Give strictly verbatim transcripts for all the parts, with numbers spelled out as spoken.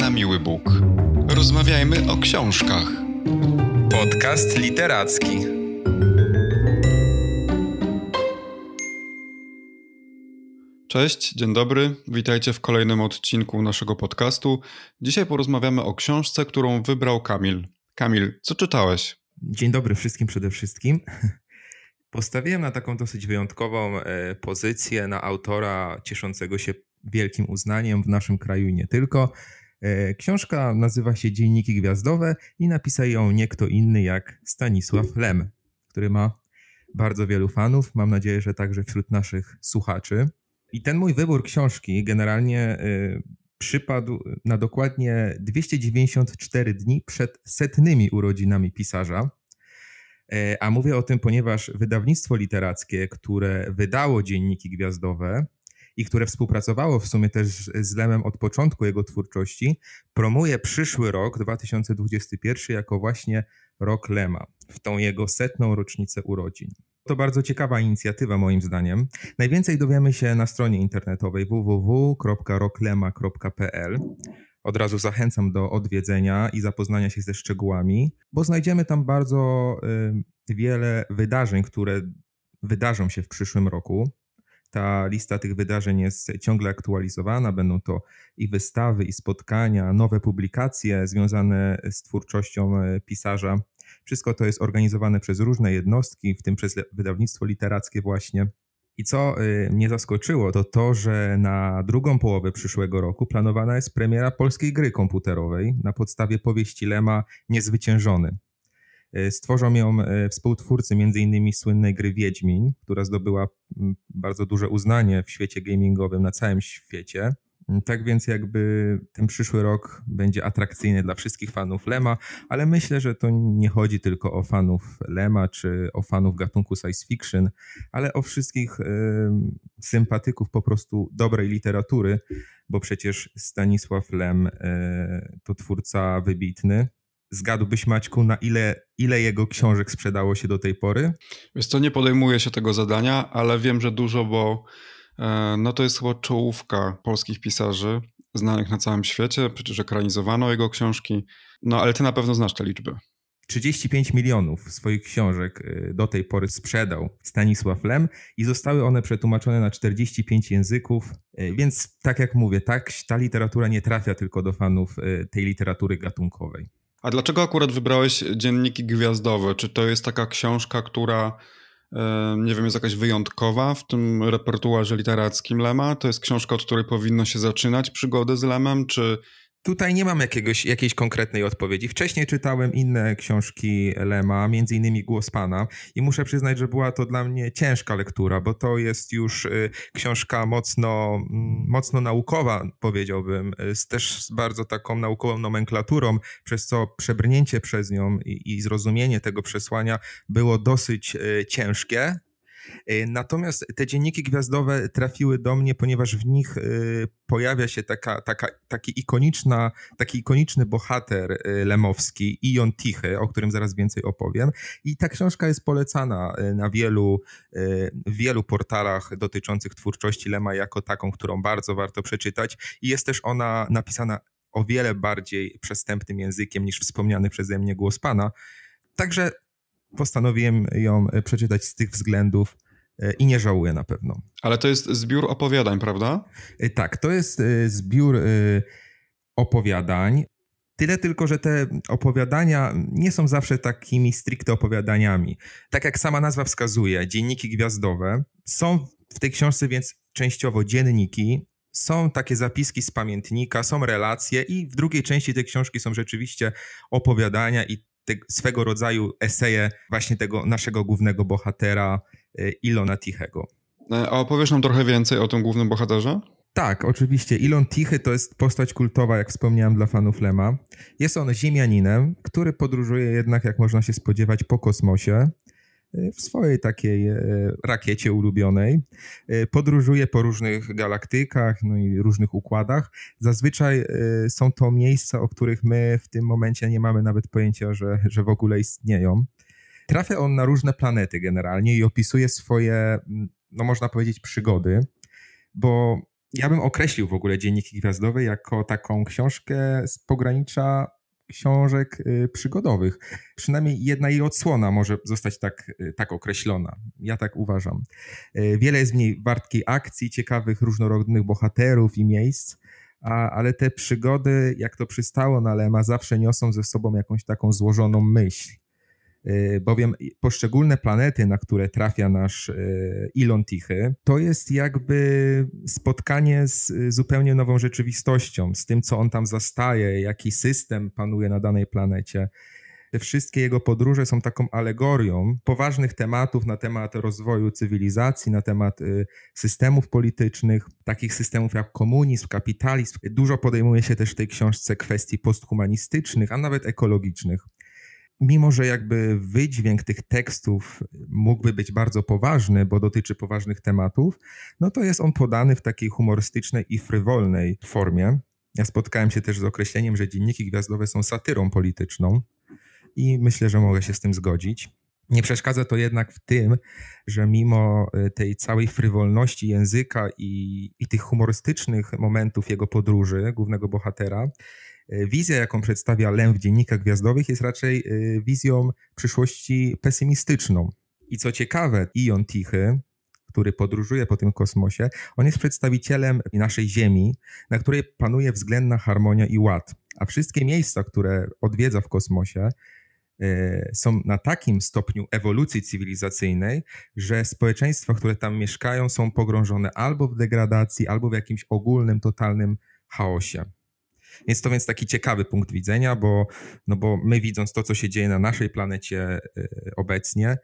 na miły Bóg. Rozmawiajmy o książkach. Podcast literacki. Cześć, dzień dobry. Witajcie w kolejnym odcinku naszego podcastu. Dzisiaj porozmawiamy o książce, którą wybrał Kamil. Kamil, co czytałeś? Dzień dobry wszystkim przede wszystkim. Postawiłem na taką dosyć wyjątkową pozycję, na autora cieszącego się wielkim uznaniem w naszym kraju i nie tylko. Książka nazywa się Dzienniki Gwiazdowe i napisał ją nie kto inny jak Stanisław Lem, który ma bardzo wielu fanów. Mam nadzieję, że także wśród naszych słuchaczy. I ten mój wybór książki generalnie y, przypadł na dokładnie dwieście dziewięćdziesiąt cztery dni przed setnymi urodzinami pisarza. Y, a mówię o tym, ponieważ wydawnictwo literackie, które wydało Dzienniki Gwiazdowe i które współpracowało w sumie też z Lemem od początku jego twórczości, promuje przyszły rok, dwa tysiące dwudziesty pierwszy, jako właśnie rok Lema, w tą jego setną rocznicę urodzin. To bardzo ciekawa inicjatywa moim zdaniem. Najwięcej dowiemy się na stronie internetowej w w w kropka roklema kropka p l. Od razu zachęcam do odwiedzenia i zapoznania się ze szczegółami, bo znajdziemy tam bardzo y, wiele wydarzeń, które wydarzą się w przyszłym roku. Ta lista tych wydarzeń jest ciągle aktualizowana. Będą to i wystawy, i spotkania, nowe publikacje związane z twórczością pisarza. Wszystko to jest organizowane przez różne jednostki, w tym przez wydawnictwo literackie właśnie. I co mnie zaskoczyło, to to, że na drugą połowę przyszłego roku planowana jest premiera polskiej gry komputerowej na podstawie powieści Lema Niezwyciężony. Stworzą ją współtwórcy m.in. słynnej gry Wiedźmin, która zdobyła bardzo duże uznanie w świecie gamingowym na całym świecie. Tak więc jakby ten przyszły rok będzie atrakcyjny dla wszystkich fanów Lema, ale myślę, że to nie chodzi tylko o fanów Lema czy o fanów gatunku science fiction, ale o wszystkich y, sympatyków po prostu dobrej literatury, bo przecież Stanisław Lem y, to twórca wybitny. Zgadłbyś, Maćku, na ile, ile jego książek sprzedało się do tej pory? Wiesz co, nie podejmuję się tego zadania, ale wiem, że dużo, bo no to jest chyba czołówka polskich pisarzy znanych na całym świecie, przecież ekranizowano jego książki, no ale ty na pewno znasz te liczby. trzydzieści pięć milionów swoich książek do tej pory sprzedał Stanisław Lem i zostały one przetłumaczone na czterdzieści pięć języków, więc tak jak mówię, tak, ta literatura nie trafia tylko do fanów tej literatury gatunkowej. A dlaczego akurat wybrałeś Dzienniki Gwiazdowe? Czy to jest taka książka, która nie wiem, jest jakaś wyjątkowa w tym repertuarze literackim Lema? To jest książka, od której powinno się zaczynać przygodę z Lemem, czy... Tutaj nie mam jakiegoś, jakiejś konkretnej odpowiedzi. Wcześniej czytałem inne książki Lema, między innymi Głos Pana, i muszę przyznać, że była to dla mnie ciężka lektura, bo to jest już y, książka mocno, y, mocno naukowa, powiedziałbym, y, z też bardzo taką naukową nomenklaturą, przez co przebrnięcie przez nią i, i zrozumienie tego przesłania było dosyć y, ciężkie. Natomiast te dzienniki gwiazdowe trafiły do mnie, ponieważ w nich y, pojawia się taka, taka, taki, ikoniczna, taki ikoniczny bohater y, lemowski, Ion Tichy, o którym zaraz więcej opowiem. I ta książka jest polecana y, na wielu, y, wielu portalach dotyczących twórczości Lema jako taką, którą bardzo warto przeczytać. I jest też ona napisana o wiele bardziej przystępnym językiem niż wspomniany przeze mnie Głos Pana. Także postanowiłem ją przeczytać z tych względów i nie żałuję na pewno. Ale to jest zbiór opowiadań, prawda? Tak, to jest zbiór opowiadań. Tyle tylko, że te opowiadania nie są zawsze takimi stricte opowiadaniami. Tak jak sama nazwa wskazuje, Dzienniki Gwiazdowe, są w tej książce więc częściowo dzienniki, są takie zapiski z pamiętnika, są relacje i w drugiej części tej książki są rzeczywiście opowiadania i te swego rodzaju eseje właśnie tego naszego głównego bohatera Ilona Tichego. A opowiesz nam trochę więcej o tym głównym bohaterze? Tak, oczywiście. Ilon Tichy to jest postać kultowa, jak wspomniałem, dla fanów Lema. Jest on ziemianinem, który podróżuje jednak, jak można się spodziewać, po kosmosie w swojej takiej rakiecie ulubionej. Podróżuje po różnych galaktykach, no i różnych układach. Zazwyczaj są to miejsca, o których my w tym momencie nie mamy nawet pojęcia, że, że w ogóle istnieją. Trafia on na różne planety generalnie i opisuje swoje, no można powiedzieć, przygody, bo Ja bym określił w ogóle Dzienniki Gwiazdowe jako taką książkę z pogranicza książek przygodowych. Przynajmniej jedna jej odsłona może zostać tak, tak określona. Ja tak uważam. Wiele jest w niej wartkiej akcji, ciekawych, różnorodnych bohaterów i miejsc, a, ale te przygody, jak to przystało na Lema, zawsze niosą ze sobą jakąś taką złożoną myśl. Bowiem poszczególne planety, na które trafia nasz Ilon Tichy, to jest jakby spotkanie z zupełnie nową rzeczywistością, z tym, co on tam zastaje, jaki system panuje na danej planecie. Te wszystkie jego podróże są taką alegorią poważnych tematów na temat rozwoju cywilizacji, na temat systemów politycznych, takich systemów jak komunizm, kapitalizm. Dużo podejmuje się też w tej książce kwestii posthumanistycznych, a nawet ekologicznych. Mimo że jakby wydźwięk tych tekstów mógłby być bardzo poważny, bo dotyczy poważnych tematów, no to jest on podany w takiej humorystycznej i frywolnej formie. Ja spotkałem się też z określeniem, że Dzienniki Gwiazdowe są satyrą polityczną i myślę, że mogę się z tym zgodzić. Nie przeszkadza to jednak w tym, że mimo tej całej frywolności języka i, i tych humorystycznych momentów jego podróży, głównego bohatera, wizja, jaką przedstawia Lem w Dziennikach Gwiazdowych, jest raczej wizją przyszłości pesymistyczną. I co ciekawe, Ion Tichy, który podróżuje po tym kosmosie, on jest przedstawicielem naszej Ziemi, na której panuje względna harmonia i ład. A wszystkie miejsca, które odwiedza w kosmosie, są na takim stopniu ewolucji cywilizacyjnej, że społeczeństwa, które tam mieszkają, są pogrążone albo w degradacji, albo w jakimś ogólnym, totalnym chaosie. Jest to więc taki ciekawy punkt widzenia, bo, no bo my widząc to, co się dzieje na naszej planecie obecnie,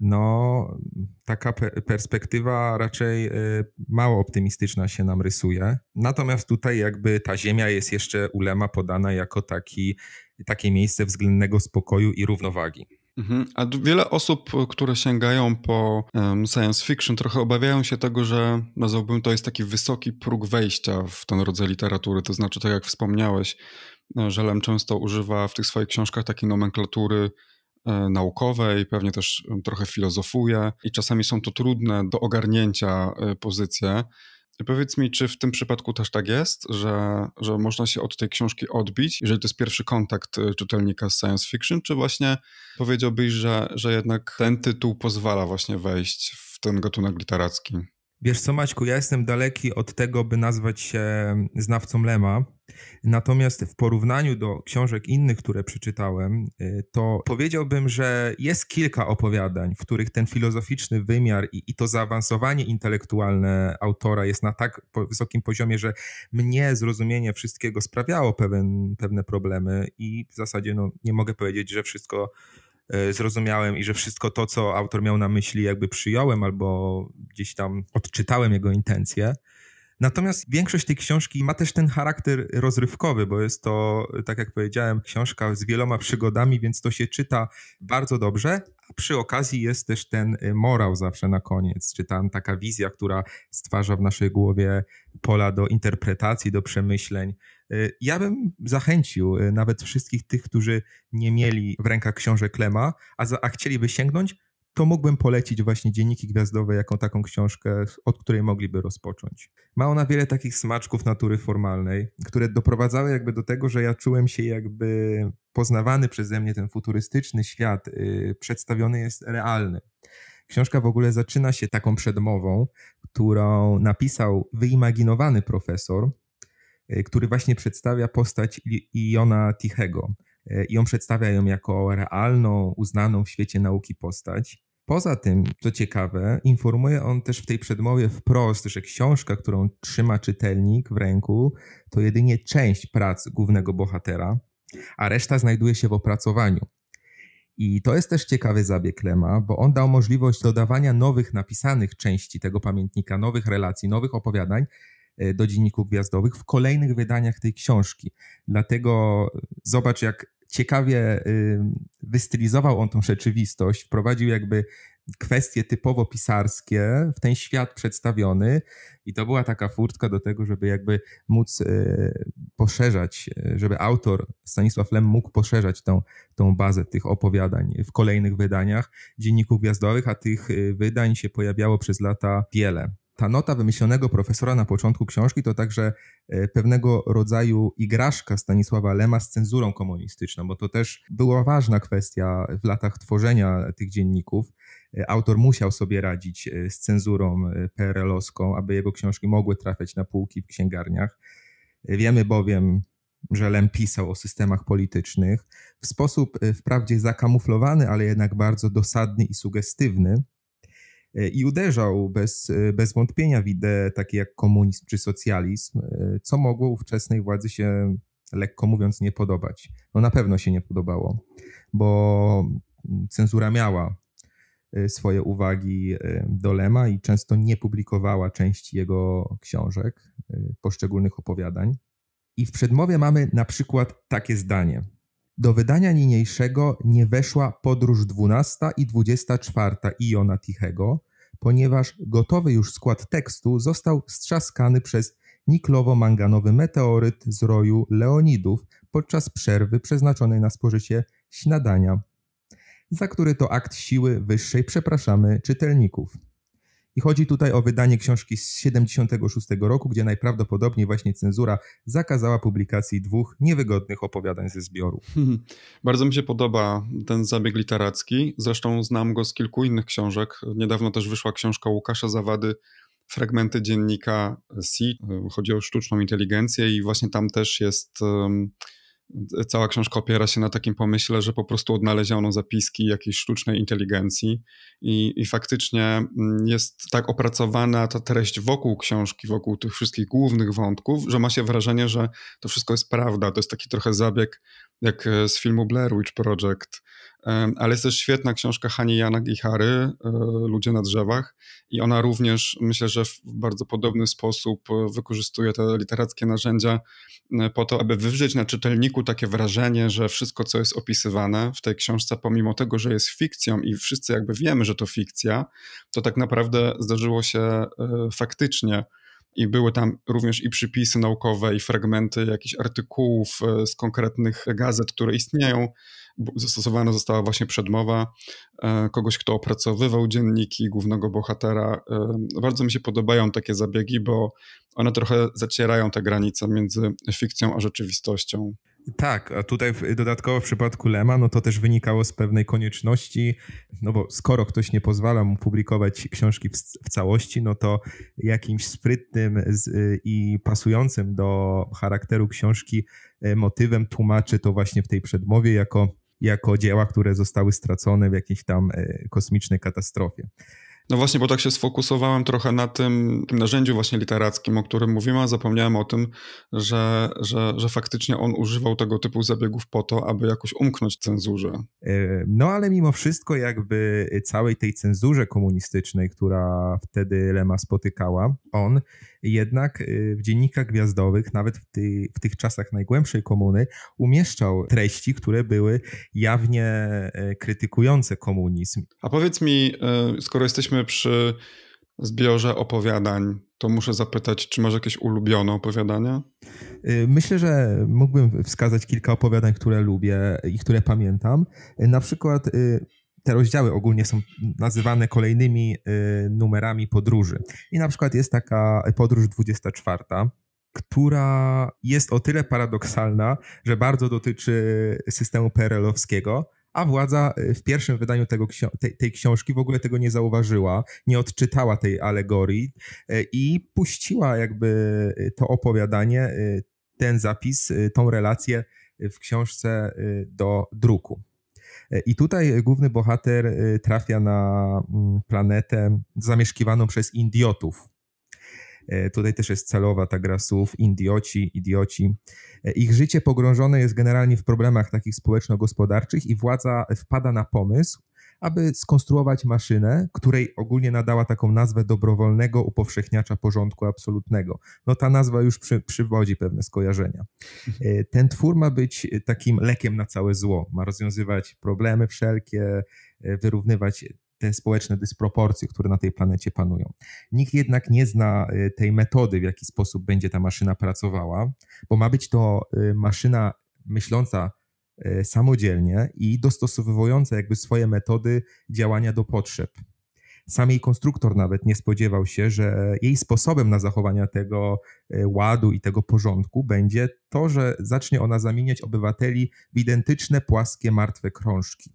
no taka pe- perspektywa raczej mało optymistyczna się nam rysuje. Natomiast tutaj jakby ta Ziemia jest jeszcze u Lema podana jako taki, takie miejsce względnego spokoju i równowagi. Mhm. A wiele osób, które sięgają po um, science fiction, trochę obawiają się tego, że nazwałbym to jest taki wysoki próg wejścia w ten rodzaj literatury. To znaczy, tak jak wspomniałeś, że Lem często używa w tych swoich książkach takiej nomenklatury e, naukowej, pewnie też trochę filozofuje i czasami są to trudne do ogarnięcia e, pozycje. Powiedz mi, czy w tym przypadku też tak jest, że, że można się od tej książki odbić, jeżeli to jest pierwszy kontakt czytelnika z science fiction, czy właśnie powiedziałbyś, że, że jednak ten tytuł pozwala właśnie wejść w ten gatunek literacki? Wiesz co, Maćku, ja jestem daleki od tego, by nazwać się znawcą Lema, natomiast w porównaniu do książek innych, które przeczytałem, to powiedziałbym, że jest kilka opowiadań, w których ten filozoficzny wymiar i, i to zaawansowanie intelektualne autora jest na tak wysokim poziomie, że mnie zrozumienie wszystkiego sprawiało pewien, pewne problemy i w zasadzie no, nie mogę powiedzieć, że wszystko zrozumiałem i że wszystko to, co autor miał na myśli, jakby przyjąłem albo gdzieś tam odczytałem jego intencje. Natomiast większość tej książki ma też ten charakter rozrywkowy, bo jest to, tak jak powiedziałem, książka z wieloma przygodami, więc to się czyta bardzo dobrze, a przy okazji jest też ten morał zawsze na koniec, czy tam taka wizja, która stwarza w naszej głowie pola do interpretacji, do przemyśleń. Ja bym zachęcił nawet wszystkich tych, którzy nie mieli w rękach książek Lema, a, za, a chcieliby sięgnąć, to mógłbym polecić właśnie Dzienniki Gwiazdowe jako taką książkę, od której mogliby rozpocząć. Ma ona wiele takich smaczków natury formalnej, które doprowadzały jakby do tego, że ja czułem się jakby poznawany przeze mnie ten futurystyczny świat yy, przedstawiony jest realny. Książka w ogóle zaczyna się taką przedmową, którą napisał wyimaginowany profesor, yy, który właśnie przedstawia postać Iona Tichego. I on przedstawia ją jako realną, uznaną w świecie nauki postać. Poza tym, co ciekawe, informuje on też w tej przedmowie wprost, że książka, którą trzyma czytelnik w ręku, to jedynie część prac głównego bohatera, a reszta znajduje się w opracowaniu. I to jest też ciekawy zabieg Lema, bo on dał możliwość dodawania nowych napisanych części tego pamiętnika, nowych relacji, nowych opowiadań do Dzienników Gwiazdowych w kolejnych wydaniach tej książki. Dlatego zobacz, jak ciekawie wystylizował on tą rzeczywistość, wprowadził jakby kwestie typowo pisarskie w ten świat przedstawiony i to była taka furtka do tego, żeby jakby móc poszerzać, żeby autor Stanisław Lem mógł poszerzać tą, tą bazę tych opowiadań w kolejnych wydaniach Dzienników Gwiazdowych, a tych wydań się pojawiało przez lata wiele. Ta nota wymyślonego profesora na początku książki to także pewnego rodzaju igraszka Stanisława Lema z cenzurą komunistyczną, bo to też była ważna kwestia w latach tworzenia tych dzienników. Autor musiał sobie radzić z cenzurą P R L-owską, aby jego książki mogły trafiać na półki w księgarniach. Wiemy bowiem, że Lem pisał o systemach politycznych w sposób wprawdzie zakamuflowany, ale jednak bardzo dosadny i sugestywny. I uderzał bez, bez wątpienia w idee takie jak komunizm czy socjalizm, co mogło ówczesnej władzy się, lekko mówiąc, nie podobać. No na pewno się nie podobało, bo cenzura miała swoje uwagi do Lema i często nie publikowała części jego książek, poszczególnych opowiadań. I w przedmowie mamy na przykład takie zdanie. Do wydania niniejszego nie weszła podróż dwunasta i dwudziesta czwarta Iona Tichego, ponieważ gotowy już skład tekstu został strzaskany przez niklowo-manganowy meteoryt z roju Leonidów podczas przerwy przeznaczonej na spożycie śniadania, za który to akt siły wyższej przepraszamy czytelników. I chodzi tutaj o wydanie książki z siedemdziesiątego szóstego roku, gdzie najprawdopodobniej właśnie cenzura zakazała publikacji dwóch niewygodnych opowiadań ze zbioru. Hmm. Bardzo mi się podoba ten zabieg literacki. Zresztą znam go z kilku innych książek. Niedawno też wyszła książka Łukasza Zawady, Fragmenty dziennika S I. Chodzi o sztuczną inteligencję i właśnie tam też jest... Um, Cała książka opiera się na takim pomyśle, że po prostu odnaleziono zapiski jakiejś sztucznej inteligencji i, i faktycznie jest tak opracowana ta treść wokół książki, wokół tych wszystkich głównych wątków, że ma się wrażenie, że to wszystko jest prawda. To jest taki trochę zabieg jak z filmu Blair Witch Project. Ale jest też świetna książka Hani Yanagihary, Ludzie na drzewach, i ona również, myślę, że w bardzo podobny sposób wykorzystuje te literackie narzędzia po to, aby wywrzeć na czytelniku takie wrażenie, że wszystko, co jest opisywane w tej książce, pomimo tego, że jest fikcją i wszyscy jakby wiemy, że to fikcja, to tak naprawdę zdarzyło się faktycznie. I były tam również i przypisy naukowe, i fragmenty jakichś artykułów z konkretnych gazet, które istnieją. Zastosowana została właśnie przedmowa kogoś, kto opracowywał dzienniki głównego bohatera. Bardzo mi się podobają takie zabiegi, bo one trochę zacierają te granice między fikcją a rzeczywistością. Tak, a tutaj dodatkowo w przypadku Lema, no to też wynikało z pewnej konieczności, no bo skoro ktoś nie pozwala mu publikować książki w, w całości, no to jakimś sprytnym z, i pasującym do charakteru książki motywem tłumaczy to właśnie w tej przedmowie jako, jako dzieła, które zostały stracone w jakiejś tam kosmicznej katastrofie. No właśnie, bo tak się sfokusowałem trochę na tym, tym narzędziu właśnie literackim, o którym mówimy, a zapomniałem o tym, że, że, że faktycznie on używał tego typu zabiegów po to, aby jakoś umknąć cenzurze. No ale mimo wszystko jakby całej tej cenzurze komunistycznej, która wtedy Lema spotykała, on jednak w dziennikach gwiazdowych, nawet w, ty, w tych czasach najgłębszej komuny, umieszczał treści, które były jawnie krytykujące komunizm. A powiedz mi, skoro jesteśmy przy zbiorze opowiadań, to muszę zapytać, czy masz jakieś ulubione opowiadania? Myślę, że mógłbym wskazać kilka opowiadań, które lubię i które pamiętam. Na przykład te rozdziały ogólnie są nazywane kolejnymi numerami podróży. I na przykład jest taka podróż dwudziesta czwarta, która jest o tyle paradoksalna, że bardzo dotyczy systemu P R L-owskiego, a władza w pierwszym wydaniu tego, tej, tej książki w ogóle tego nie zauważyła, nie odczytała tej alegorii i puściła jakby to opowiadanie, ten zapis, tą relację w książce do druku. I tutaj główny bohater trafia na planetę zamieszkiwaną przez Indiotów. Tutaj też jest celowa ta gra słów, indioci, idioci. Ich życie pogrążone jest generalnie w problemach takich społeczno-gospodarczych i władza wpada na pomysł, aby skonstruować maszynę, której ogólnie nadała taką nazwę dobrowolnego upowszechniacza porządku absolutnego. No ta nazwa już przy, przywodzi pewne skojarzenia. Ten twór ma być takim lekiem na całe zło. Ma rozwiązywać problemy wszelkie, wyrównywać te społeczne dysproporcje, które na tej planecie panują. Nikt jednak nie zna tej metody, w jaki sposób będzie ta maszyna pracowała, bo ma być to maszyna myśląca samodzielnie i dostosowująca jakby swoje metody działania do potrzeb. Sam jej konstruktor nawet nie spodziewał się, że jej sposobem na zachowanie tego ładu i tego porządku będzie to, że zacznie ona zamieniać obywateli w identyczne, płaskie, martwe krążki.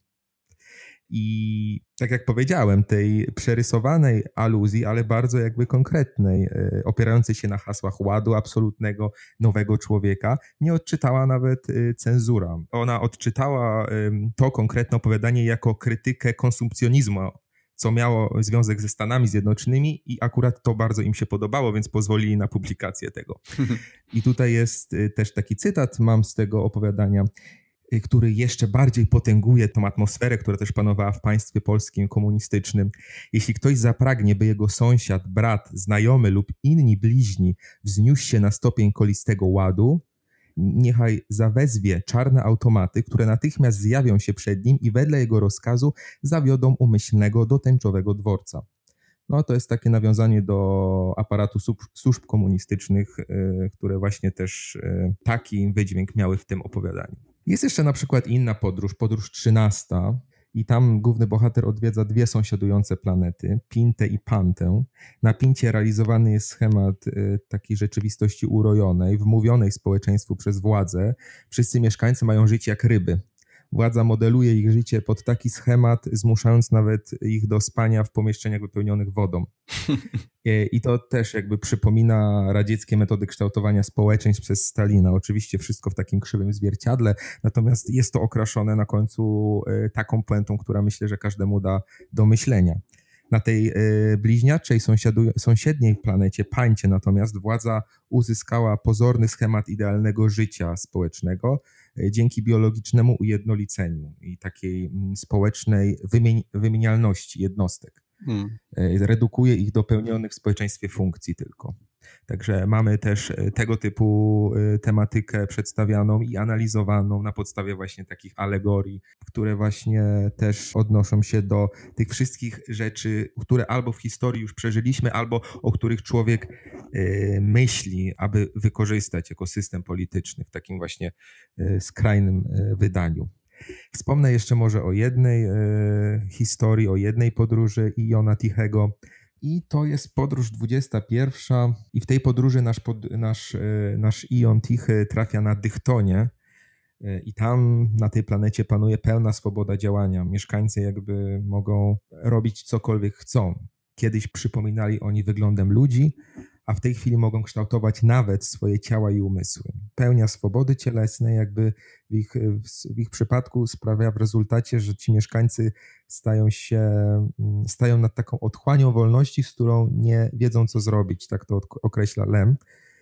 I tak jak powiedziałem, tej przerysowanej aluzji, ale bardzo jakby konkretnej, opierającej się na hasłach ładu absolutnego, nowego człowieka, nie odczytała nawet cenzura. Ona odczytała to konkretne opowiadanie jako krytykę konsumpcjonizmu, co miało związek ze Stanami Zjednoczonymi i akurat to bardzo im się podobało, więc pozwolili na publikację tego. I tutaj jest też taki cytat, mam z tego opowiadania, który jeszcze bardziej potęguje tą atmosferę, która też panowała w państwie polskim komunistycznym. Jeśli ktoś zapragnie, by jego sąsiad, brat, znajomy lub inni bliźni wzniósł się na stopień kolistego ładu, niechaj zawezwie czarne automaty, które natychmiast zjawią się przed nim i wedle jego rozkazu zawiodą umyślnego do tęczowego dworca. No to jest takie nawiązanie do aparatu służb komunistycznych, które właśnie też taki wydźwięk miały w tym opowiadaniu. Jest jeszcze na przykład inna podróż, podróż trzynasta, i tam główny bohater odwiedza dwie sąsiadujące planety, Pintę i Pantę. Na Pincie realizowany jest schemat y, takiej rzeczywistości urojonej, wmówionej społeczeństwu przez władzę. Wszyscy mieszkańcy mają żyć jak ryby. Władza modeluje ich życie pod taki schemat, zmuszając nawet ich do spania w pomieszczeniach wypełnionych wodą. I to też jakby przypomina radzieckie metody kształtowania społeczeństw przez Stalina. Oczywiście wszystko w takim krzywym zwierciadle, natomiast jest to okraszone na końcu taką puentą, która myślę, że każdemu da do myślenia. Na tej bliźniaczej sąsiedniej planecie Pancie natomiast władza uzyskała pozorny schemat idealnego życia społecznego dzięki biologicznemu ujednoliceniu i takiej społecznej wymieni- wymienialności jednostek. Hmm. Redukuje ich do pełnionych w społeczeństwie funkcji tylko. Także mamy też tego typu tematykę przedstawianą i analizowaną na podstawie właśnie takich alegorii, które właśnie też odnoszą się do tych wszystkich rzeczy, które albo w historii już przeżyliśmy, albo o których człowiek myśli, aby wykorzystać jako system polityczny w takim właśnie skrajnym wydaniu. Wspomnę jeszcze może o jednej e, historii, o jednej podróży Iona Tichego i to jest podróż dwudziesta pierwsza i w tej podróży nasz, pod, nasz, e, nasz Ion Tichy trafia na Dychtonię e, i tam na tej planecie panuje pełna swoboda działania. Mieszkańcy jakby mogą robić cokolwiek chcą. Kiedyś przypominali oni wyglądem ludzi, a w tej chwili mogą kształtować nawet swoje ciała i umysły. Pełnia swobody cielesnej jakby w ich, w ich przypadku sprawia w rezultacie, że ci mieszkańcy stają się, stają nad taką otchłanią wolności, z którą nie wiedzą, co zrobić, tak to określa Lem.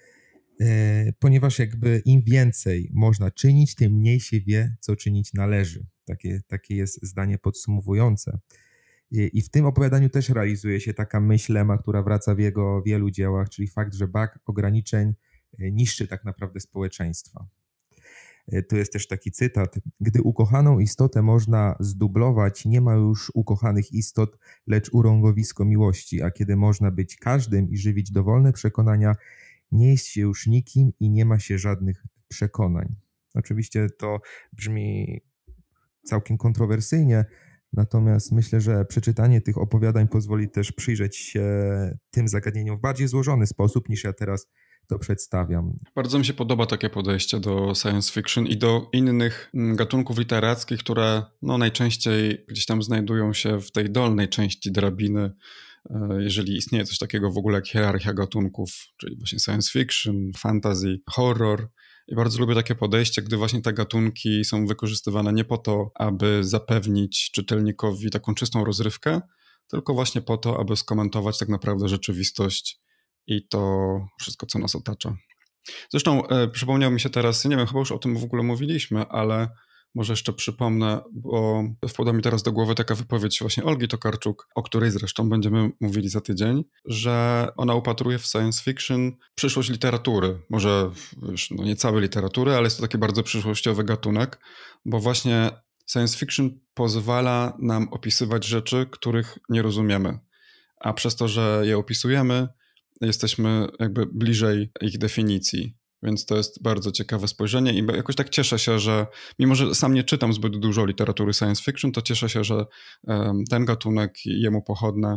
Ponieważ jakby im więcej można czynić, tym mniej się wie, co czynić należy. Takie, takie jest zdanie podsumowujące. I w tym opowiadaniu też realizuje się taka myśl Lema, która wraca w jego wielu dziełach, czyli fakt, że brak ograniczeń niszczy tak naprawdę społeczeństwa. Tu jest też taki cytat. Gdy ukochaną istotę można zdublować, nie ma już ukochanych istot, lecz urągowisko miłości, a kiedy można być każdym i żywić dowolne przekonania, nie jest się już nikim i nie ma się żadnych przekonań. Oczywiście to brzmi całkiem kontrowersyjnie, natomiast myślę, że przeczytanie tych opowiadań pozwoli też przyjrzeć się tym zagadnieniom w bardziej złożony sposób, niż ja teraz to przedstawiam. Bardzo mi się podoba takie podejście do science fiction i do innych gatunków literackich, które no, najczęściej gdzieś tam znajdują się w tej dolnej części drabiny, jeżeli istnieje coś takiego w ogóle jak hierarchia gatunków, czyli właśnie science fiction, fantasy, horror. I bardzo lubię takie podejście, gdy właśnie te gatunki są wykorzystywane nie po to, aby zapewnić czytelnikowi taką czystą rozrywkę, tylko właśnie po to, aby skomentować tak naprawdę rzeczywistość i to wszystko, co nas otacza. Zresztą e, przypomniał mi się teraz, nie wiem, chyba już o tym w ogóle mówiliśmy, ale może jeszcze przypomnę, bo wpadła mi teraz do głowy taka wypowiedź właśnie Olgi Tokarczuk, o której zresztą będziemy mówili za tydzień, że ona upatruje w science fiction przyszłość literatury. Może już, no nie całej literatury, ale jest to taki bardzo przyszłościowy gatunek, bo właśnie science fiction pozwala nam opisywać rzeczy, których nie rozumiemy. A przez to, że je opisujemy, jesteśmy jakby bliżej ich definicji. Więc to jest bardzo ciekawe spojrzenie i jakoś tak cieszę się, że mimo, że sam nie czytam zbyt dużo literatury science fiction, to cieszę się, że um, ten gatunek i jemu pochodne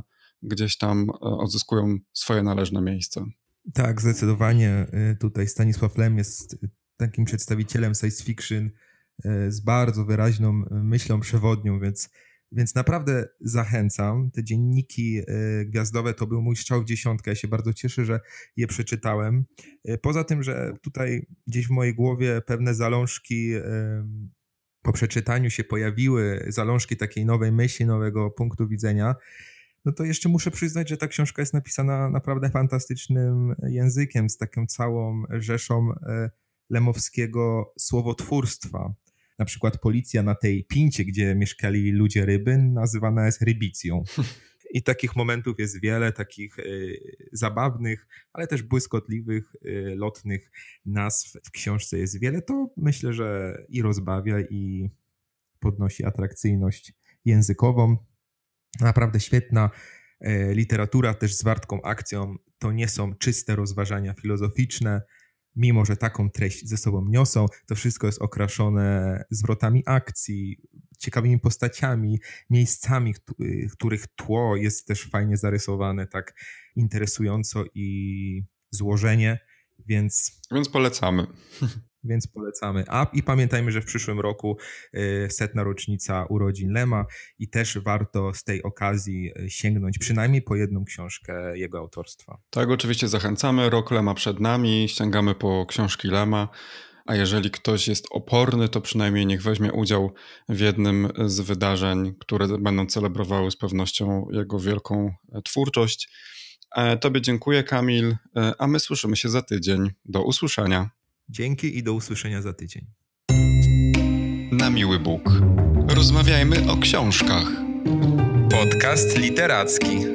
gdzieś tam odzyskują swoje należne miejsce. Tak, zdecydowanie. Tutaj Stanisław Lem jest takim przedstawicielem science fiction z bardzo wyraźną myślą przewodnią, więc, więc naprawdę zachęcam. Te dzienniki gwiazdowe to był mój strzał w dziesiątkę. Ja się bardzo cieszę, że je przeczytałem. Poza tym, że tutaj gdzieś w mojej głowie pewne zalążki po przeczytaniu się pojawiły, zalążki takiej nowej myśli, nowego punktu widzenia, no to jeszcze muszę przyznać, że ta książka jest napisana naprawdę fantastycznym językiem, z taką całą rzeszą lemowskiego słowotwórstwa. Na przykład policja na tej pincie, gdzie mieszkali ludzie ryby, nazywana jest rybicją. I takich momentów jest wiele, takich y, zabawnych, ale też błyskotliwych, y, lotnych nazw w książce jest wiele. To myślę, że i rozbawia, i podnosi atrakcyjność językową. Naprawdę świetna y, literatura, też z wartką akcją. To nie są czyste rozważania filozoficzne, mimo że taką treść ze sobą niosą. To wszystko jest okraszone zwrotami akcji, ciekawymi postaciami, miejscami, których tło jest też fajnie zarysowane, tak interesująco i złożenie, więc... Więc polecamy. Więc polecamy. A i pamiętajmy, że w przyszłym roku setna rocznica urodzin Lema i też warto z tej okazji sięgnąć przynajmniej po jedną książkę jego autorstwa. Tak, oczywiście zachęcamy. Rok Lema przed nami, sięgamy po książki Lema, a jeżeli ktoś jest oporny, to przynajmniej niech weźmie udział w jednym z wydarzeń, które będą celebrowały z pewnością jego wielką twórczość. Tobie dziękuję, Kamil, a my słyszymy się za tydzień. Do usłyszenia. Dzięki i do usłyszenia za tydzień. Na miły Bóg. Rozmawiajmy o książkach. Podcast literacki.